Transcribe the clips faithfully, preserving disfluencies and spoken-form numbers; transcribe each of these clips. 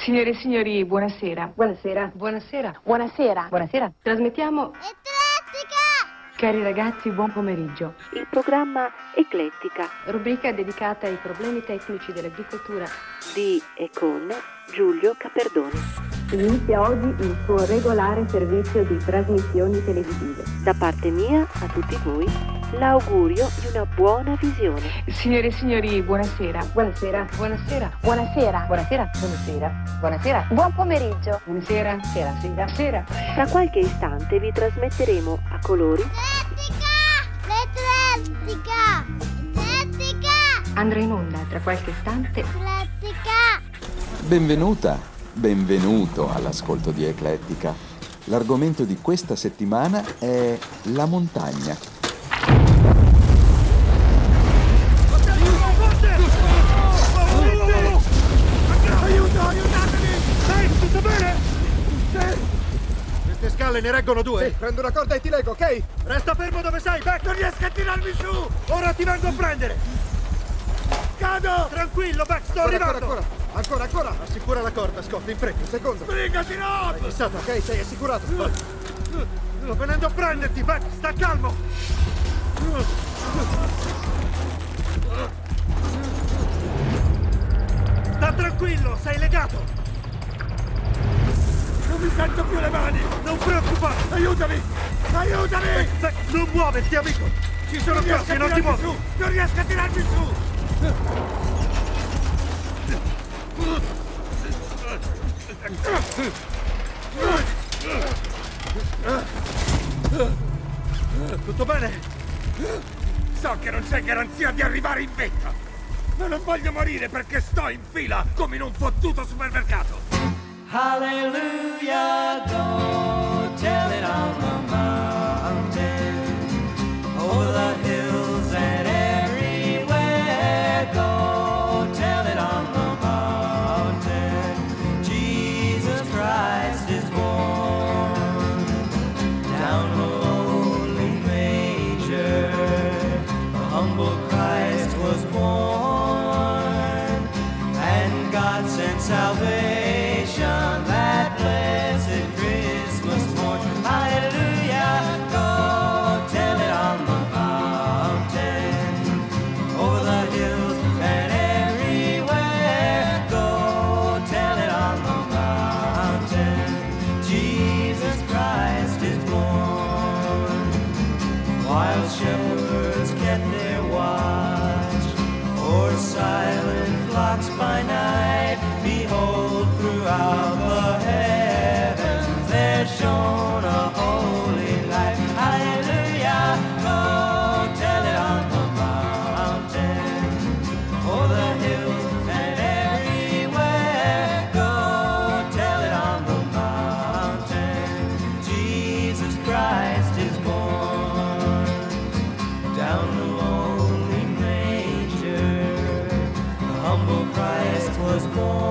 Signore e signori, buonasera. Buonasera. Buonasera. Buonasera. Buonasera. Trasmettiamo... Eclettica! Cari ragazzi, buon pomeriggio. Il programma Eclettica. Rubrica dedicata ai problemi tecnici dell'agricoltura. Di e con Giulio Caperdoni. Inizia oggi il suo regolare servizio di trasmissioni televisive. Da parte mia a tutti voi l'augurio di una buona visione. Signore e signori, buonasera. Buonasera. Buonasera. Buonasera. Buonasera. Buonasera. Buonasera. Buon pomeriggio. Buonasera. Sera. Sera. Sera. Tra qualche istante vi trasmetteremo a colori L'Eclettica! L'Eclettica! Andrà in onda tra qualche istante. L'Eclettica! Benvenuta, benvenuto all'ascolto di Eclettica. L'argomento di questa settimana è la montagna. Aiuto, aiutatemi! Sei, tutto bene? Sì! Queste scale ne reggono due? Sì, prendo una corda e ti leggo, ok? Resta fermo dove sei, Beck! Non riesco a tirarmi su! Ora ti vengo a prendere! Cado! Tranquillo, Beck, sto ancora, arrivando! Ancora, ancora, ancora, ancora! Assicura la corda, Scott, in fretta, un secondo! Sbrigati, no! Hai fissato, ok? Sei assicurato, vai! Sto venendo a prenderti, Beck, sta calmo! Sta tranquillo, sei legato! Non mi sento più le mani! Non preoccuparti! Aiutami! Aiutami! Beck, Beck, non muoverti, amico! Ci sono cose, non ti muovi! Non riesco a tirarmi su! Tutto bene? So che non c'è garanzia di arrivare in vetta! Ma non voglio morire perché sto in fila come in un fottuto supermercato! Hallelujah, go tell it on the mountain, over the hills and everywhere. Go tell it on the mountain, Jesus Christ is born. Down the lonely manger, a humble Christ was born, and God sent salvation. That blessed Christmas morn. Hallelujah, go tell it on the mountain, over the hills and everywhere. Go tell it on the mountain, Jesus Christ is born. While shepherds kept their watch o'er silent flocks by night, behold, throughout the heavens there shone a holy light. Hallelujah, go tell it on the mountain, o'er the hills and everywhere. Go tell it on the mountain, Jesus Christ is born. Down the lonely manger, the humble Christ was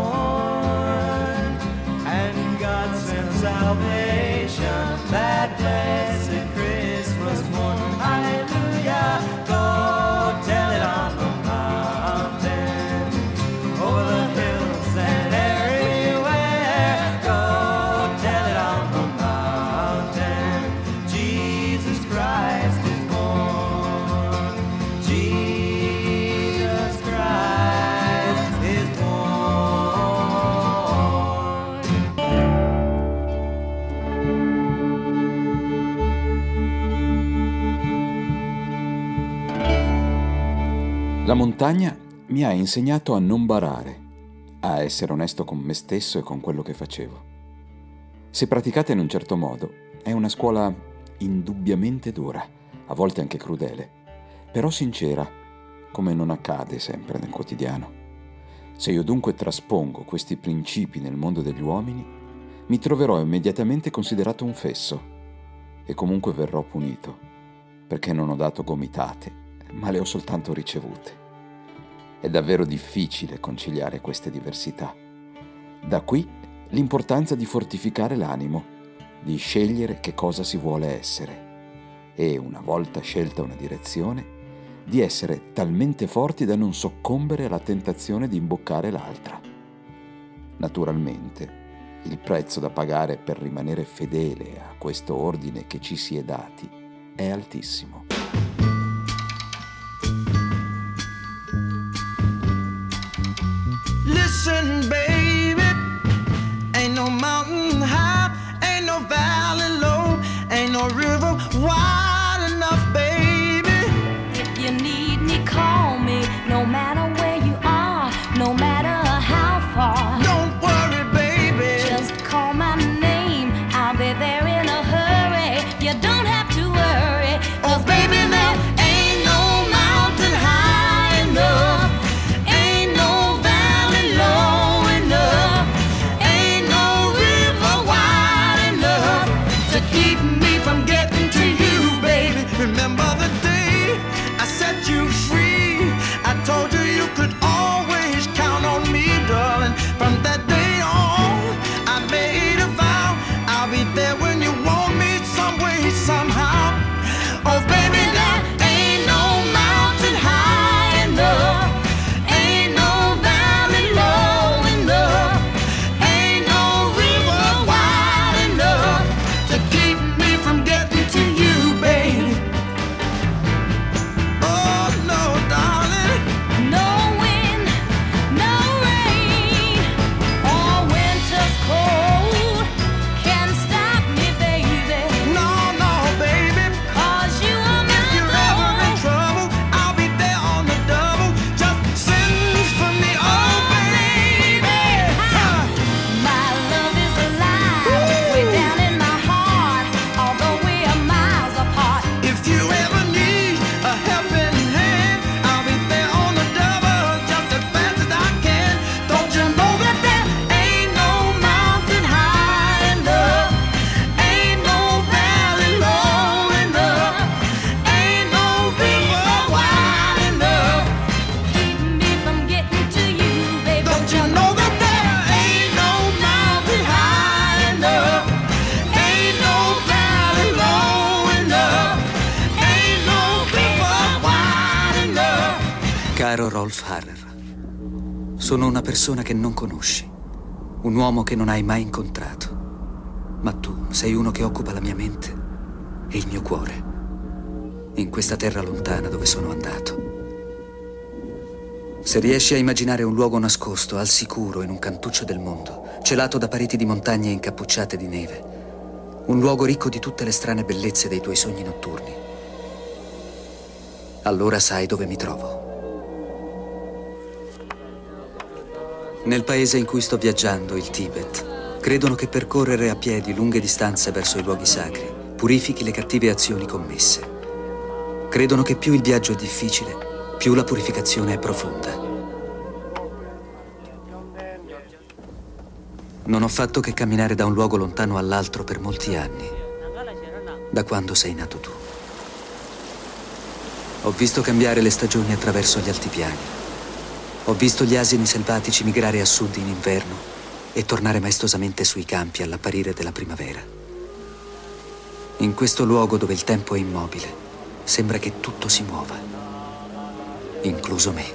born, and God sent salvation that blessed Christmas morn. Hallelujah, go tell it on the mountain, over the hills and everywhere. Go tell it on the mountain, Jesus Christ is born. Jesus Christ is born. La montagna mi ha insegnato a non barare, a essere onesto con me stesso e con quello che facevo. Se praticata in un certo modo, è una scuola indubbiamente dura, a volte anche crudele, però sincera, come non accade sempre nel quotidiano. Se io dunque traspongo questi principi nel mondo degli uomini, mi troverò immediatamente considerato un fesso e comunque verrò punito, perché non ho dato gomitate, ma le ho soltanto ricevute. È davvero difficile conciliare queste diversità. Da qui l'importanza di fortificare l'animo, di scegliere che cosa si vuole essere e, una volta scelta una direzione, di essere talmente forti da non soccombere alla tentazione di imboccare l'altra. Naturalmente, il prezzo da pagare per rimanere fedele a questo ordine che ci si è dati è altissimo. Listen, baby, ain't no mountain high, ain't no valley low, ain't no river wide enough, baby. If you need me, call me, no matter where you are, no matter how far. Don't worry, baby, just call my name, I'll be there in a hurry. You don't have to worry, 'cause oh baby, there ain't no mountain high enough, ain't no valley low enough, ain't no river wide enough to keep me from getting to you, baby. Remember the day I set you free, I told you you could always count on me, darling. From that day on, I made a vow, I'll be there when you want me, some way, somehow. Oh baby, there ain't no mountain high enough, ain't no valley low enough, ain't no river wide enough to keep me from getting to you, baby. Oh no, darling, no wind, no rain, or winter's cold can stop me, baby. no, no, baby. 'Cause you are If you're ever in my trouble, I'll be there on the double. Just send for me, oh baby. Huh. My love is alive, way down in my heart, although we are miles apart. If you ever need a helping hand, I'll be there on the double, just as fast as I can. Don't you know that there ain't no mountain high enough, ain't no valley low enough, ain't no river wide enough. Keep me from getting to you, baby. Don't you know that there ain't no mountain high enough, ain't no valley low enough, ain't no river wide enough. Caro Rolf Harrer, sono una persona che non conosci, un uomo che non hai mai incontrato, ma tu sei uno che occupa la mia mente e il mio cuore, in questa terra lontana dove sono andato. Se riesci a immaginare un luogo nascosto, al sicuro, in un cantuccio del mondo, celato da pareti di montagne incappucciate di neve, un luogo ricco di tutte le strane bellezze dei tuoi sogni notturni, allora sai dove mi trovo. Nel paese in cui sto viaggiando, il Tibet, credono che percorrere a piedi lunghe distanze verso i luoghi sacri purifichi le cattive azioni commesse. Credono che più il viaggio è difficile, più la purificazione è profonda. Non ho fatto che camminare da un luogo lontano all'altro per molti anni, da quando sei nato tu. Ho visto cambiare le stagioni attraverso gli altipiani. Ho visto gli asini selvatici migrare a sud in inverno e tornare maestosamente sui campi all'apparire della primavera. In questo luogo dove il tempo è immobile, sembra che tutto si muova, incluso me.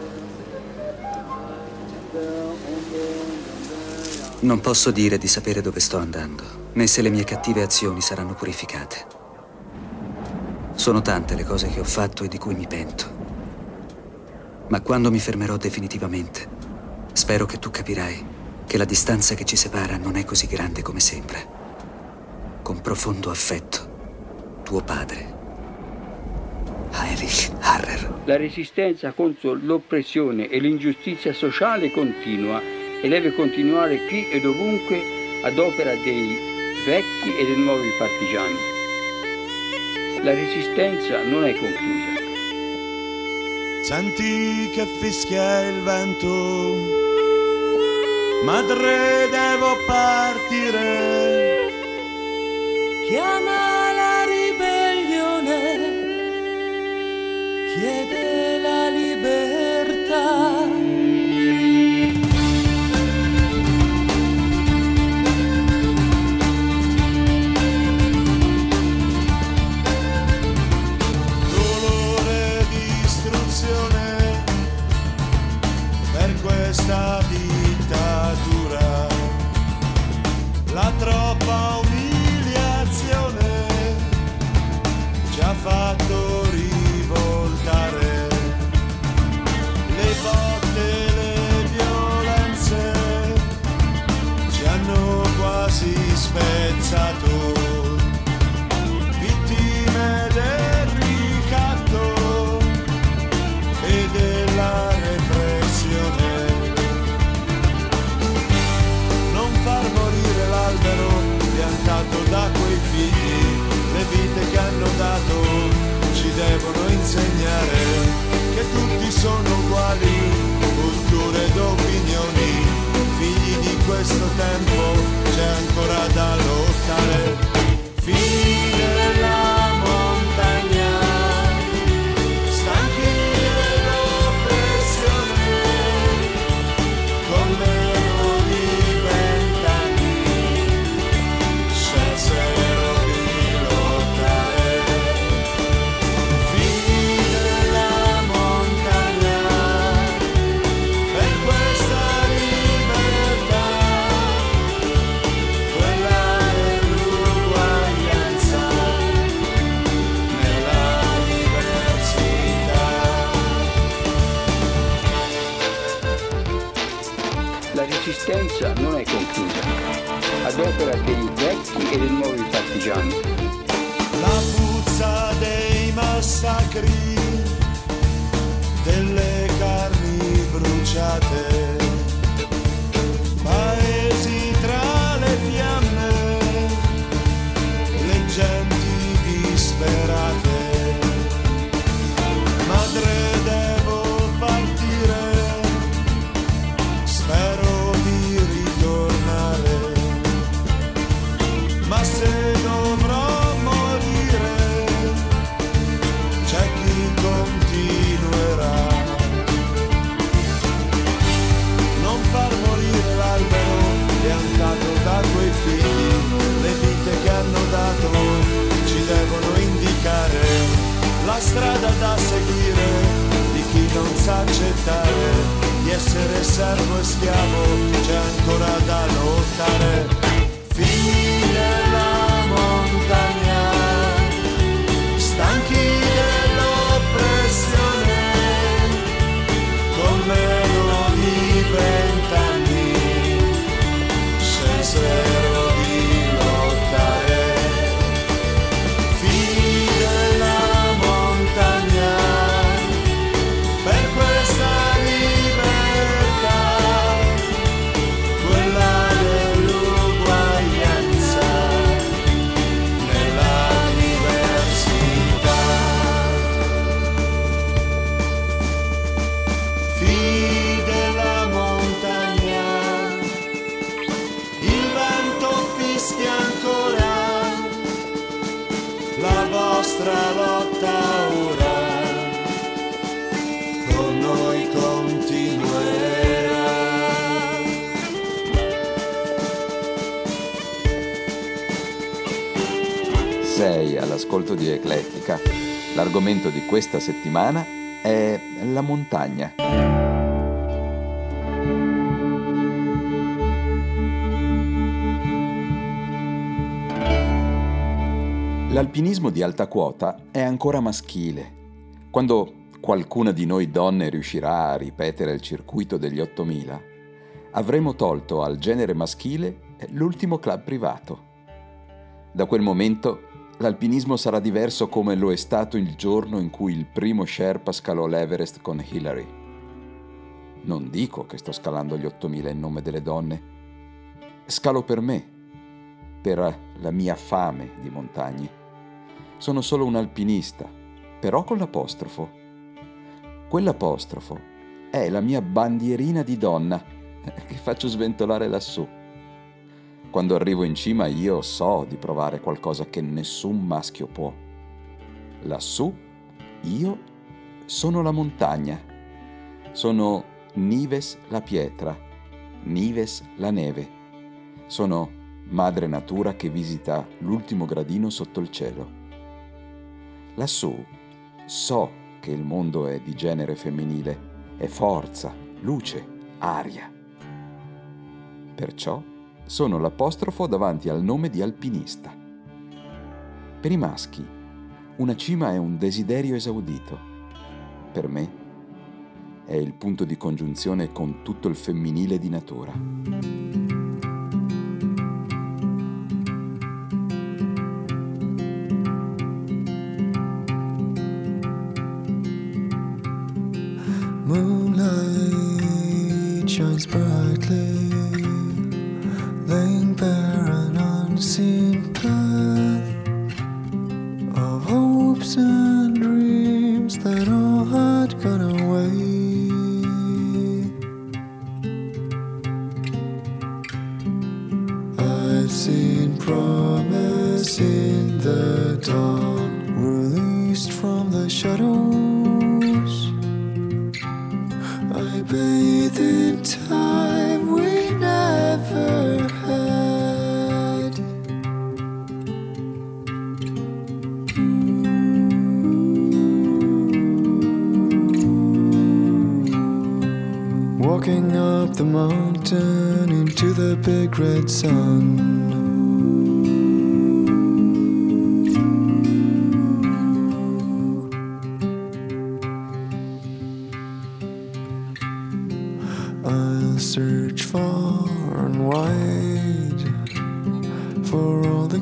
Non posso dire di sapere dove sto andando, né se le mie cattive azioni saranno purificate. Sono tante le cose che ho fatto e di cui mi pento. Ma quando mi fermerò definitivamente, spero che tu capirai che la distanza che ci separa non è così grande come sembra. Con profondo affetto, tuo padre, Heinrich Harrer. La resistenza contro l'oppressione e l'ingiustizia sociale continua e deve continuare qui ed ovunque ad opera dei vecchi e dei nuovi partigiani. La resistenza non è conclusa. Senti che fischia il vento, madre devo partire. Chiama la ribellione, chiede la libertà. Dolore, distruzione per questa dittatura. quasi spezzato, vittime del ricatto e della repressione. Non far morire l'albero piantato da quei figli, le vite che hanno dato ci devono insegnare che tutti sono uguali, culture ed opinioni, figli di questo tempo, c'è ancora da lottare. Figli della montagna, stanchi dell'oppressione, con meno di vent'anni scelsero di lottare. Figli della montagna, per questa libertà, quella dell'uguaglianza nella diversità. La resistenza non è conclusa, ad opera dei vecchi e dei nuovi partigiani. La puzza dei massacri, delle carni bruciate, paesi tra le fiamme, le genti disperate. Madre, devo partire, spero di ritornare, ma se dovrò morire c'è chi continuerà. Non far morire l'albero piantato da quei figli, le vite che hanno dato ci devono indicare la strada da seguire di chi non sa accettare di essere servo e schiavo, c'è ancora da lottare. Figli della montagna, stanchi dell'oppressione, con meno di vent'anni scelsero di lottare. Figli della montagna, per questa libertà, quella dell'uguaglianza nella diversità. Figli della montagna, il vento fischia ancora, la vostra lotta ora con noi continuerà. Sei all'ascolto di Eclettica. L'argomento di questa settimana è la montagna. L'alpinismo di alta quota è ancora maschile. Quando qualcuna di noi donne riuscirà a ripetere il circuito degli ottomila, avremo tolto al genere maschile l'ultimo club privato. Da quel momento l'alpinismo sarà diverso come lo è stato il giorno in cui il primo Sherpa scalò l'Everest con Hillary. Non dico che sto scalando gli ottomila in nome delle donne. Scalo per me, per la mia fame di montagne. Sono solo un alpinista, però con l'apostrofo. Quell'apostrofo è la mia bandierina di donna che faccio sventolare lassù. Quando arrivo in cima io so di provare qualcosa che nessun maschio può. Lassù io sono la montagna. Sono Nives la pietra, Nives la neve. Sono madre natura che visita l'ultimo gradino sotto il cielo. Lassù so che il mondo è di genere femminile, è forza, luce, aria. Perciò sono l'apostrofo davanti al nome di alpinista. Per i maschi, una cima è un desiderio esaudito. Per me, è il punto di congiunzione con tutto il femminile di natura. winding bare an unseen path of hopes and dreams that all had gone away. I've seen promise in the dawn, released from the shadows. I bathe in time we never had. Walking up the mountain into the big red sun. I'll search far and wide for all the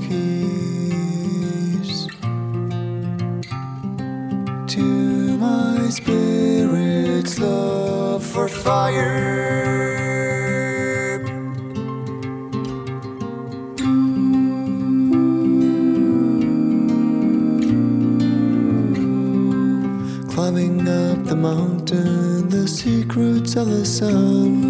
keys to my spirit's love for fire. Climbing up the mountain, the secrets of the sun.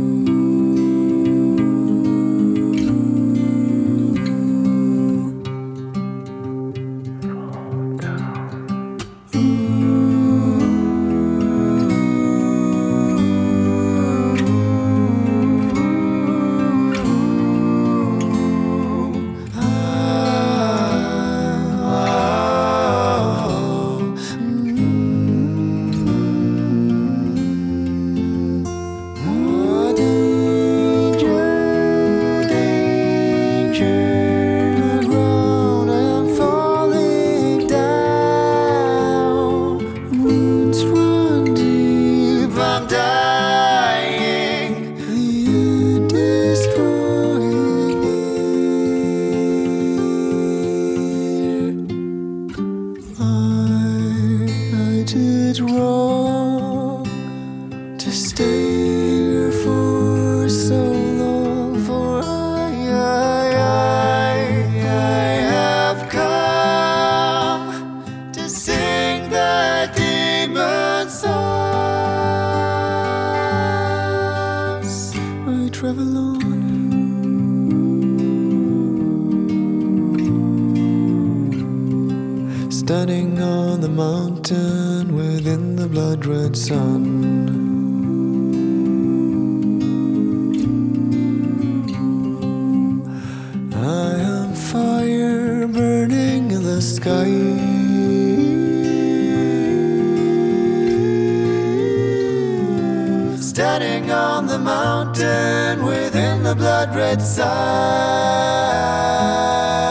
Standing on the mountain within the blood-red sun. I am fire burning in the sky. Standing on the mountain within the blood-red sun.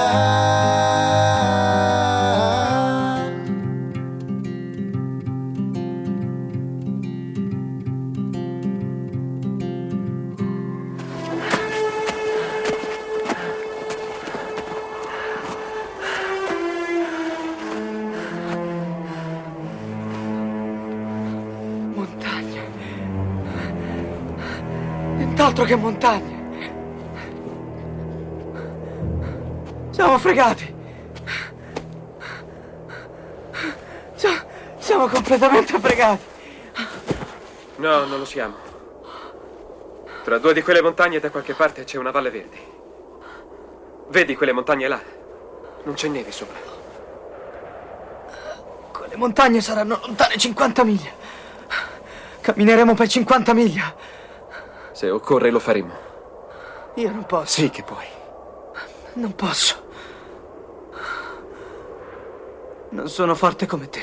Altro che montagne. Siamo fregati. Siamo, siamo completamente fregati. No, non lo siamo. Tra due di quelle montagne da qualche parte c'è una valle verde. Vedi quelle montagne là? Non c'è neve sopra. Quelle montagne saranno lontane cinquanta miglia. Cammineremo per cinquanta miglia. Se occorre lo faremo. Io non posso. Sì che puoi. Non posso. Non sono forte come te.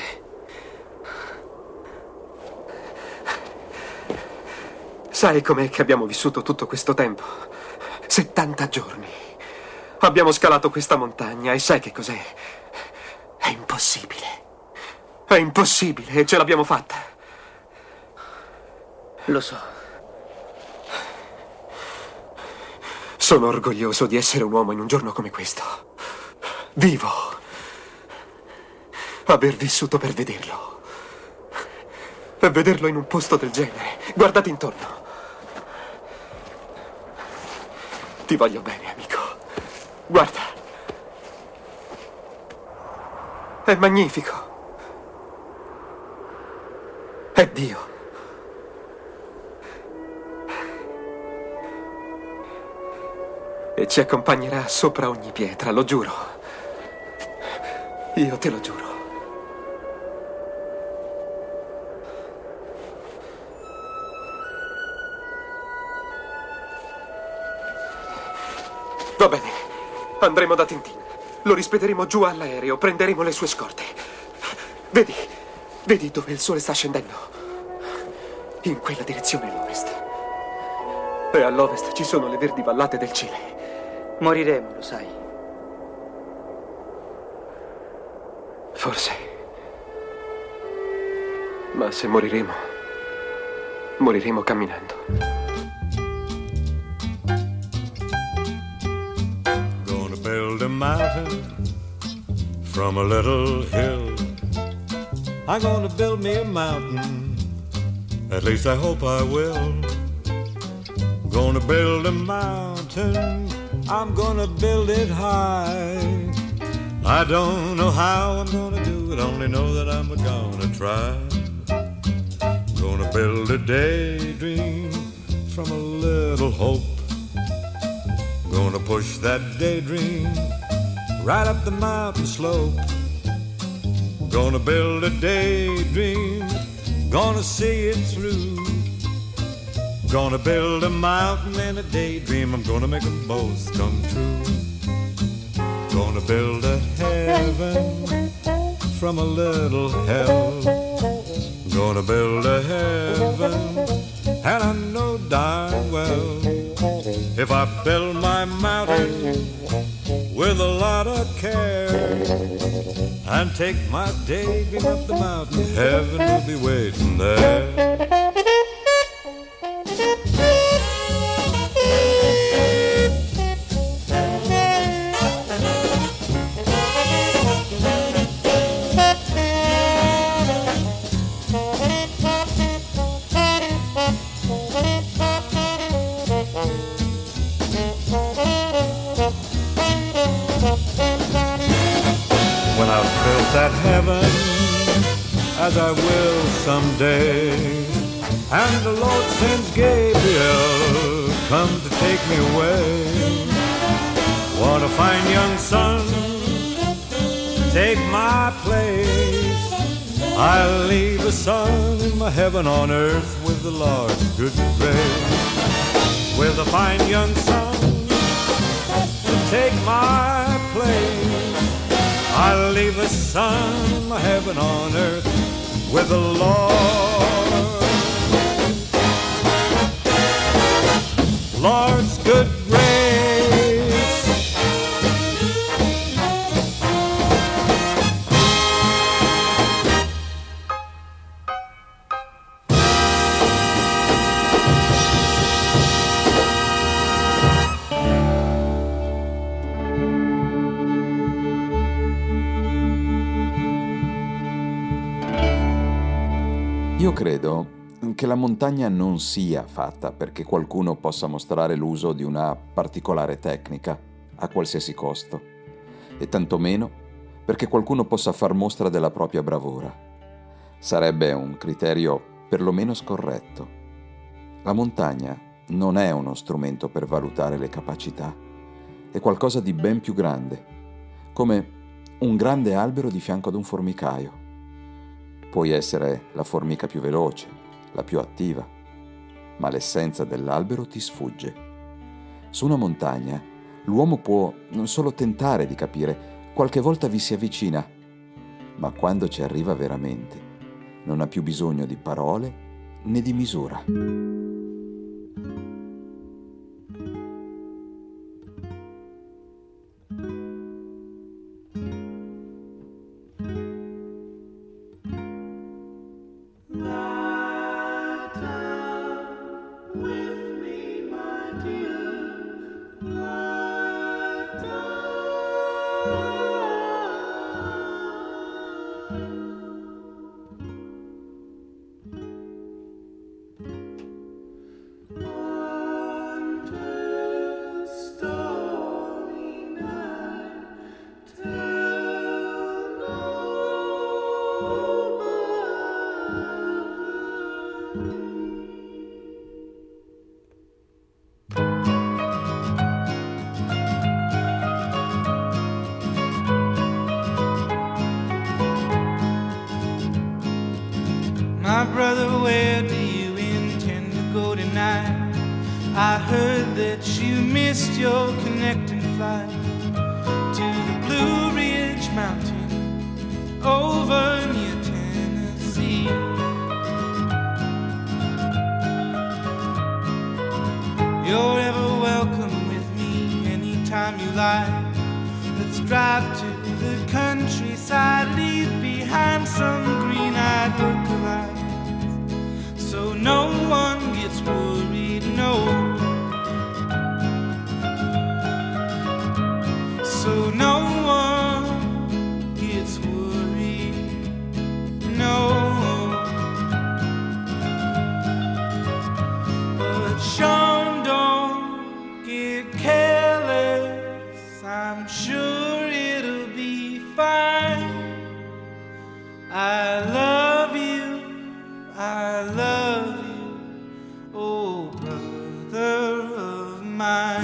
Sai com'è che abbiamo vissuto tutto questo tempo? settanta giorni. Abbiamo scalato questa montagna e sai che cos'è? È impossibile. È impossibile e ce l'abbiamo fatta. Lo so. Sono orgoglioso di essere un uomo in un giorno come questo. Vivo. Aver vissuto per vederlo. E vederlo in un posto del genere. Guardate intorno. Ti voglio bene, amico. Guarda. È magnifico. È Dio. E ci accompagnerà sopra ogni pietra, lo giuro. Io te lo giuro. Va bene, andremo da Tintin. Lo rispederemo giù all'aereo, prenderemo le sue scorte. Vedi, vedi dove il sole sta scendendo? In quella direzione l'ovest. E all'ovest ci sono le verdi vallate del Cile. Moriremo, lo sai. Forse. Ma se moriremo, moriremo camminando. Build a mountain from a little hill. I'm gonna build me a mountain, at least I hope I will. Gonna build a mountain, I'm gonna build it high. I don't know how I'm gonna do it, only know that I'm gonna try. Gonna build a daydream from a little hope. Gonna push that daydream right up the mountain slope. Gonna build a daydream, gonna see it through. Gonna build a mountain and a daydream, I'm gonna make them both come true. Gonna build a heaven from a little hell. Gonna build a heaven, and I know darn well, if I build my mountain with a lot of care and take my daydream up the mountain, heaven will be waiting there. When I've built that heaven, as I will someday, and the Lord sends Gabriel, come to take me away. Want a fine young son, take my place. I'll leave the sun in my heaven on earth with the Lord's good grace. With a fine young son to take my place, I'll leave the sun in my heaven on earth with the Lord. Lord's good grace. Io credo che la montagna non sia fatta perché qualcuno possa mostrare l'uso di una particolare tecnica a qualsiasi costo, e tantomeno perché qualcuno possa far mostra della propria bravura. Sarebbe un criterio perlomeno scorretto. La montagna non è uno strumento per valutare le capacità, è qualcosa di ben più grande, come un grande albero di fianco ad un formicaio. Puoi essere la formica più veloce, la più attiva, ma l'essenza dell'albero ti sfugge. Su una montagna l'uomo può non solo tentare di capire, qualche volta vi si avvicina, ma quando ci arriva veramente non ha più bisogno di parole né di misura. missed your connecting flight to the Blue Ridge Mountain over near Tennessee. You're ever welcome with me anytime you like. Let's drive to the countryside, leave behind some green-eyed lookalikes, so no one gets worried, no. So no one gets worried, no. But Sean, don't get careless, I'm sure it'll be fine. I love you, I love you, oh brother of mine.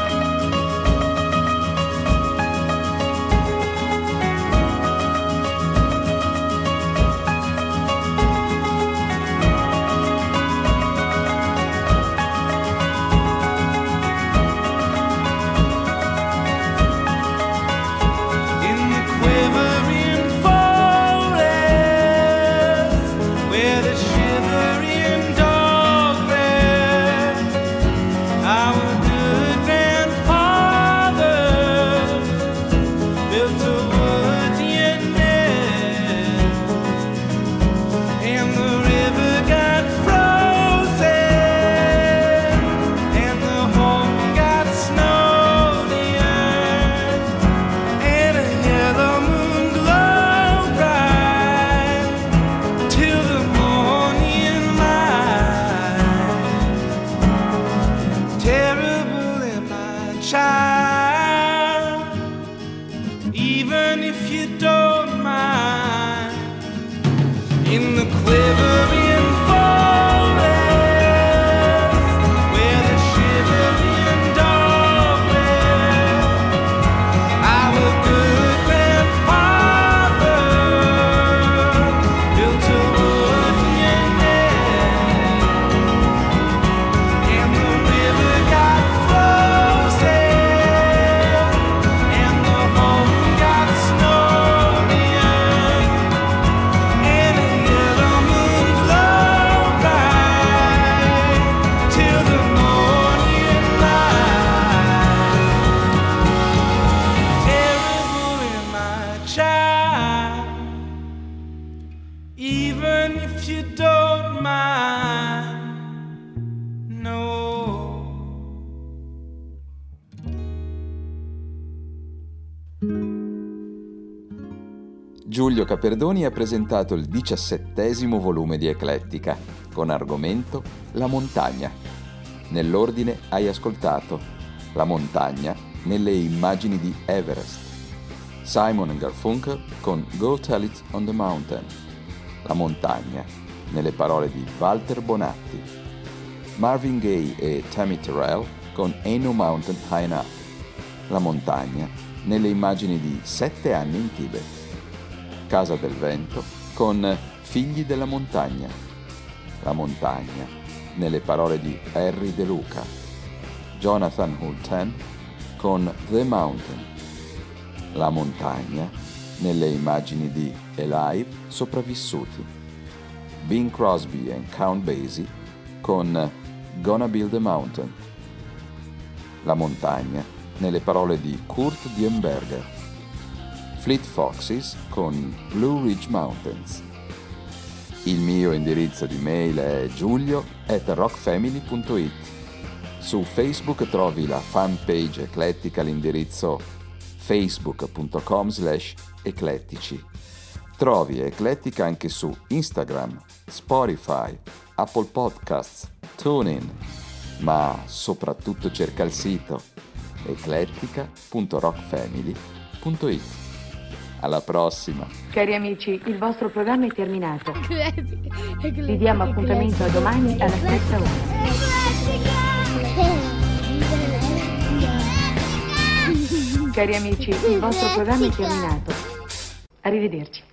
Giulio Caperdoni ha presentato il diciassettesimo volume di Eclettica, con argomento La montagna. Nell'ordine hai ascoltato La montagna nelle immagini di Everest, Simon and Garfunkel con Go Tell It on the Mountain, La montagna nelle parole di Walter Bonatti, Marvin Gaye e Tammy Terrell con Ain't No Mountain High Enough, La montagna nelle immagini di Sette anni in Tibet, Casa del Vento con Figli della montagna, La montagna nelle parole di Harry De Luca, Jonathan Hulten con The Mountain, La montagna nelle immagini di Alive Sopravvissuti, Bing Crosby and Count Basie con Gonna Build a Mountain, La montagna nelle parole di Kurt Diemberger, Fleet Foxes con Blue Ridge Mountains. Il mio indirizzo di mail è giulio at rockfamily punto it. Su Facebook trovi la fanpage Eclettica all'indirizzo facebook.com slash eclettici. Trovi Eclettica anche su Instagram, Spotify, Apple Podcasts, TuneIn, ma soprattutto cerca il sito eclettica punto rockfamily punto it. Alla prossima! Cari amici, il vostro programma è terminato. Vi diamo appuntamento a domani alla stessa ora. Cari amici, il vostro programma è terminato. Arrivederci.